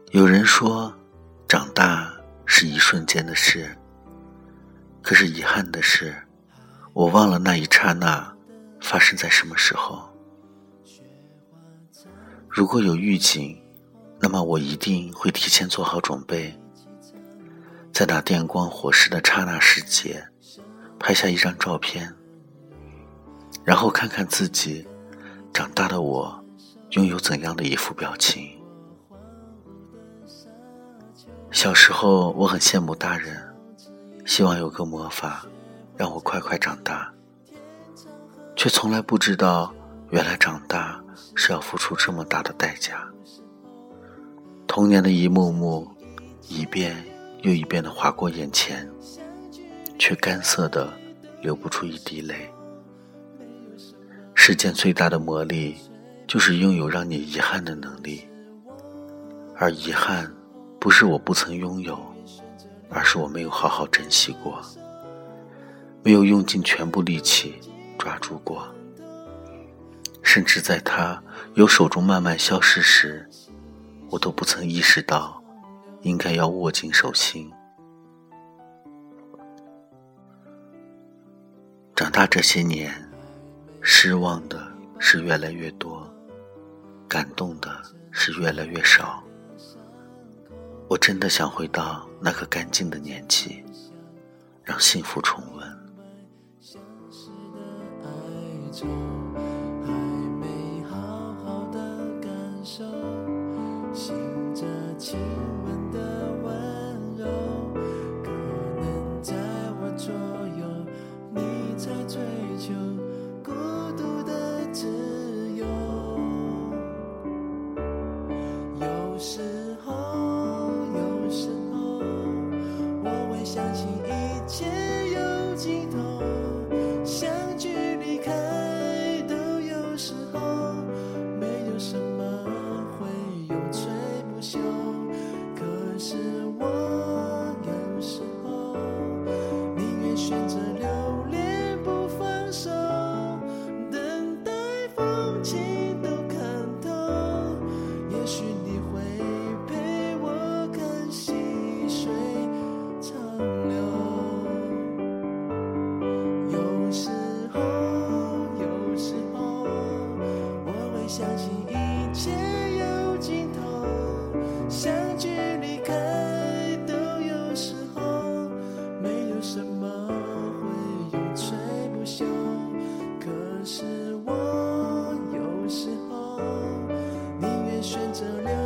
有人说，长大是一瞬间的事，可是遗憾的是，我忘了那一刹那发生在什么时候。如果有预警，那么我一定会提前做好准备，在那电光火石的刹那时节，拍下一张照片，然后看看自己长大的我拥有怎样的一副表情。小时候我很羡慕大人，希望有个魔法让我快快长大，却从来不知道原来长大是要付出这么大的代价。童年的一幕幕一遍又一遍地划过眼前，却干涩地流不出一滴泪。世间最大的魔力就是拥有让你遗憾的能力，而遗憾不是我不曾拥有，而是我没有好好珍惜过，没有用尽全部力气抓住过，甚至在它由手中慢慢消失时，我都不曾意识到应该要握紧手心。长大这些年，失望的是越来越多，感动的是越来越少。我真的想回到那个干净的年纪，让幸福重温。 还没好好的感受，醒着亲吻的温柔，可能在我左右，你在追求孤独的自由。有时候我会相信一切有尽头，相聚离开都有时候，没有什么会永垂不朽。可是我有时候宁愿选择留恋不放手，等待风景都看透，也许你会陪我看细水长流。有时候我会相信一切有尽头，相聚离开都有时候，没有什么会永垂不朽。可是我有时候宁愿选择留